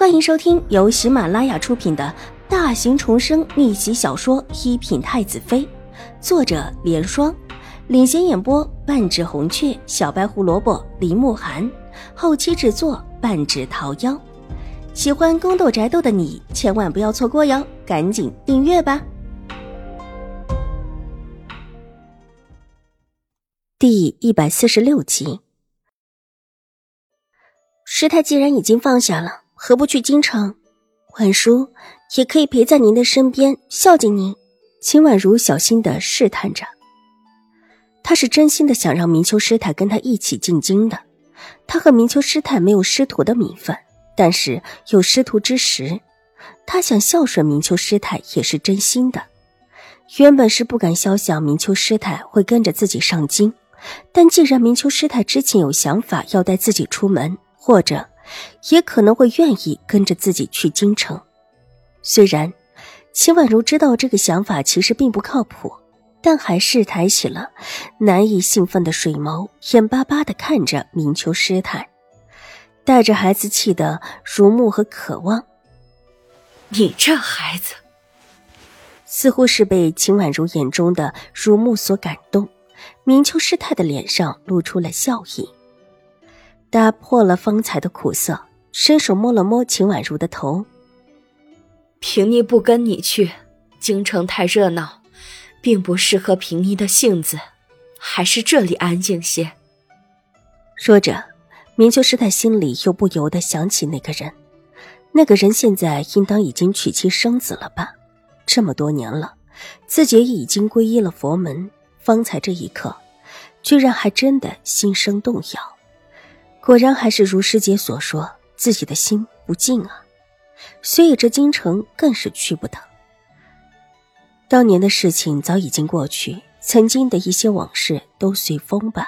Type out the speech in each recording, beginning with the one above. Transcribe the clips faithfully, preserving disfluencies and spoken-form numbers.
欢迎收听由喜马拉雅出品的大型重生逆袭小说《一品太子妃》，作者莲霜，领衔演播半指红雀、小白胡萝卜、林慕寒，后期制作半指桃夭。喜欢宫斗宅斗的你千万不要错过哟，赶紧订阅吧。第一百四十六集。师太既然已经放下了，何不去京城？婉叔也可以陪在您的身边，孝敬您。秦婉如小心地试探着，她是真心的想让明秋师太跟她一起进京的。她和明秋师太没有师徒的名分，但是有师徒之实，她想孝顺明秋师太也是真心的。原本是不敢肖想明秋师太会跟着自己上京，但既然明秋师太之前有想法要带自己出门，或者也可能会愿意跟着自己去京城。虽然秦婉如知道这个想法其实并不靠谱，但还是抬起了难以兴奋的水眸，眼巴巴地看着明秋师太，带着孩子气的如沐和渴望。 你这孩子， 似乎是被秦婉如眼中的如沐所感动，明秋师太的脸上露出了笑意，打破了方才的苦涩，伸手摸了摸秦婉如的头。 平妮不跟你去，京城太热闹，并不适合平妮的性子，还是这里安静些。 说着，明秋师太心里又不由得想起那个人，那个人现在应当已经娶妻生子了吧？这么多年了，自己也已经皈依了佛门，方才这一刻，居然还真的心生动摇。果然还是如师姐所说，自己的心不静啊，所以这京城更是去不得。当年的事情早已经过去，曾经的一些往事都随风吧。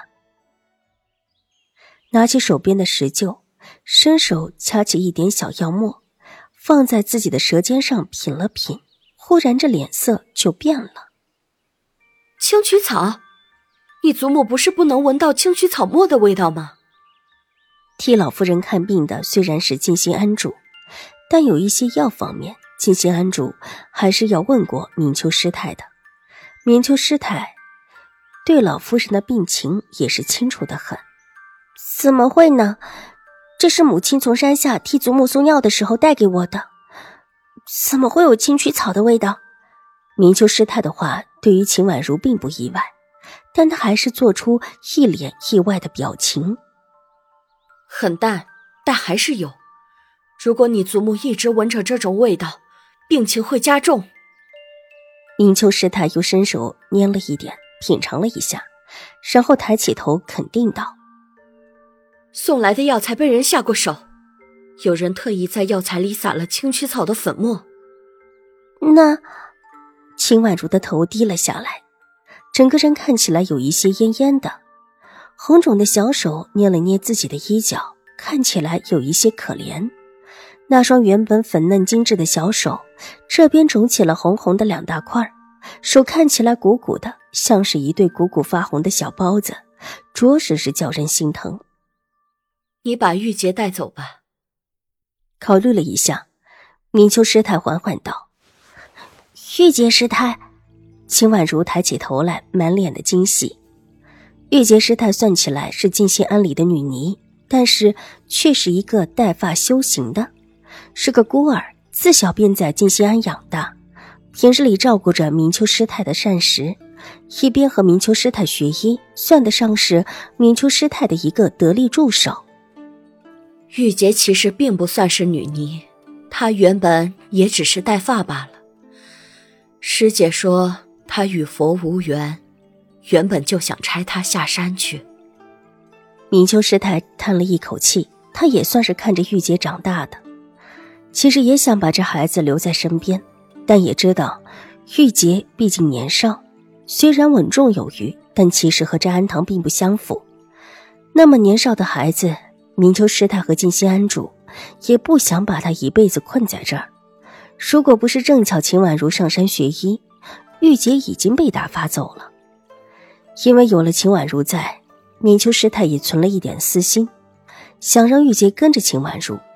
拿起手边的石臼，伸手掐起一点小药末，放在自己的舌尖上品了品，忽然这脸色就变了。 青曲草？你祖母不是不能闻到青曲草末的味道吗？ 替老夫人看病的虽然是静心安主，但有一些药方面，静心安主还是要问过明秋师太的。明秋师太对老夫人的病情也是清楚得很。怎么会呢？这是母亲从山下替祖母送药的时候带给我的，怎么会有青曲草的味道？明秋师太的话对于秦婉如并不意外，但她还是做出一脸意外的表情。 很淡，但还是有。如果你祖母一直闻着这种味道，病情会加重。 明秋师太又伸手捏了一点，品尝了一下，然后抬起头肯定道： 送来的药材被人下过手，有人特意在药材里撒了青曲草的粉末。 那……秦婉如的头低了下来，整个人看起来有一些恹恹的，红肿的小手捏了捏自己的衣角，看起来有一些可怜。那双原本粉嫩精致的小手，这边肿起了红红的两大块，手看起来鼓鼓的，像是一对鼓鼓发红的小包子，着实是叫人心疼。 你把玉洁带走吧。 考虑了一下，明秋师太缓缓道：玉洁师太。秦婉如抬起头来，满脸的惊喜。玉洁师太算起来是静心庵里的女尼，但是却是一个带发修行的，是个孤儿，自小便在静心庵养大，平日里照顾着明秋师太的膳食，一边和明秋师太学医，算得上是明秋师太的一个得力助手。 玉洁其实并不算是女尼，她原本也只是带发罢了。师姐说她与佛无缘，原本就想差她下山去。 明秋师太叹了一口气，她也算是看着玉洁长大的，其实也想把这孩子留在身边，但也知道玉洁毕竟年少，虽然稳重有余，但其实和这安堂并不相符。那么年少的孩子，明秋师太和静心安主也不想把他一辈子困在这儿。如果不是正巧秦婉如上山学医，玉洁已经被打发走了。因为有了秦婉如在，明秋师太也存了一点私心，想让玉洁跟着秦婉如。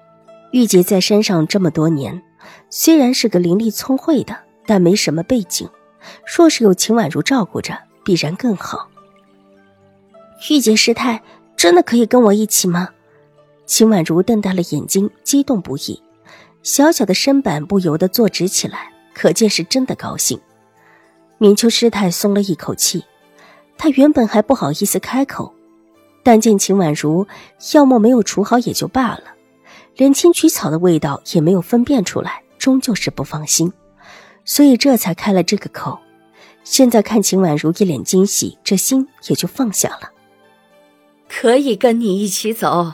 玉洁在山上这么多年，虽然是个伶俐聪慧的，但没什么背景，若是有秦婉如照顾着，必然更好。玉洁师太，真的可以跟我一起吗？秦婉如瞪大了眼睛，激动不已，小小的身板不由得坐直起来，可见是真的高兴。明秋师太松了一口气，她原本还不好意思开口，但见秦婉如药沫没有除好也就罢了，连青曲草的味道也没有分辨出来，终究是不放心，所以这才开了这个口。现在看秦婉如一脸惊喜，这心也就放下了。 可以跟你一起走。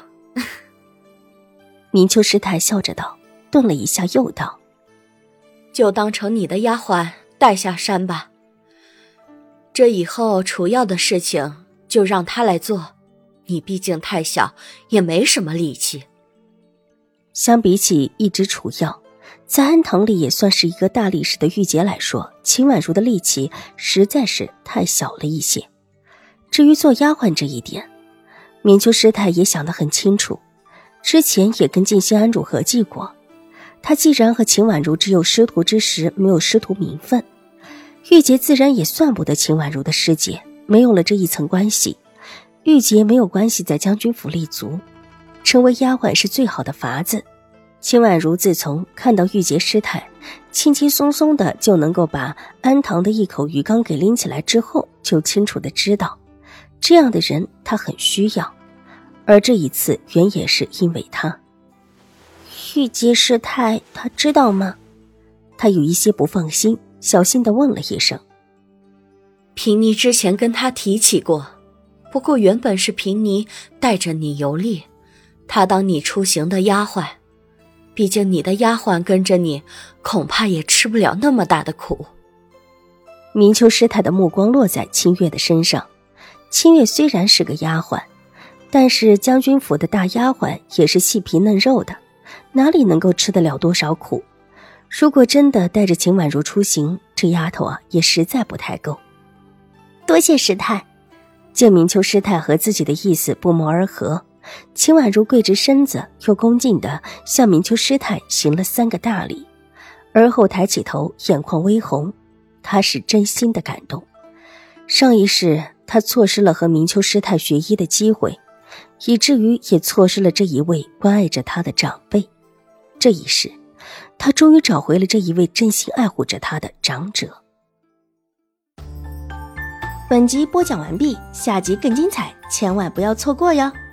明秋师太笑着道，顿了一下又道， 就当成你的丫鬟带下山吧，这以后除药的事情就让她来做，你毕竟太小，也没什么力气。 相比起一直除药，在安堂里也算是一个大力士的玉洁来说，秦婉如的力气实在是太小了一些。至于做丫鬟这一点，明秋师太也想得很清楚，之前也跟静心安如合计过，她既然和秦婉如只有师徒之实，没有师徒名分，玉洁自然也算不得秦婉如的师姐，没有了这一层关系，玉洁没有关系在将军府立足，成为丫鬟是最好的法子。秦婉如自从看到玉洁师太轻轻松松的就能够把安堂的一口鱼缸给拎起来之后，就清楚的知道这样的人她很需要，而这一次原也是因为她。玉洁师太她知道吗？她有一些不放心，小心地问了一声。 平妮之前跟她提起过，不过原本是平妮带着你游历，她当你出行的丫鬟，毕竟你的丫鬟跟着你，恐怕也吃不了那么大的苦。 明秋师太的目光落在清月的身上，清月虽然是个丫鬟，但是将军府的大丫鬟也是细皮嫩肉的，哪里能够吃得了多少苦？如果真的带着秦婉如出行，这丫头啊也实在不太够。多谢师太。见明秋师太和自己的意思不谋而合，秦婉如跪直身子，又恭敬地向明秋师太行了三个大礼，而后抬起头，眼眶微红，她是真心的感动。上一世她错失了和明秋师太学医的机会，以至于也错失了这一位关爱着她的长辈。这一世她终于找回了这一位真心爱护着她的长者。 本集播讲完毕，下集更精彩，千万不要错过哟。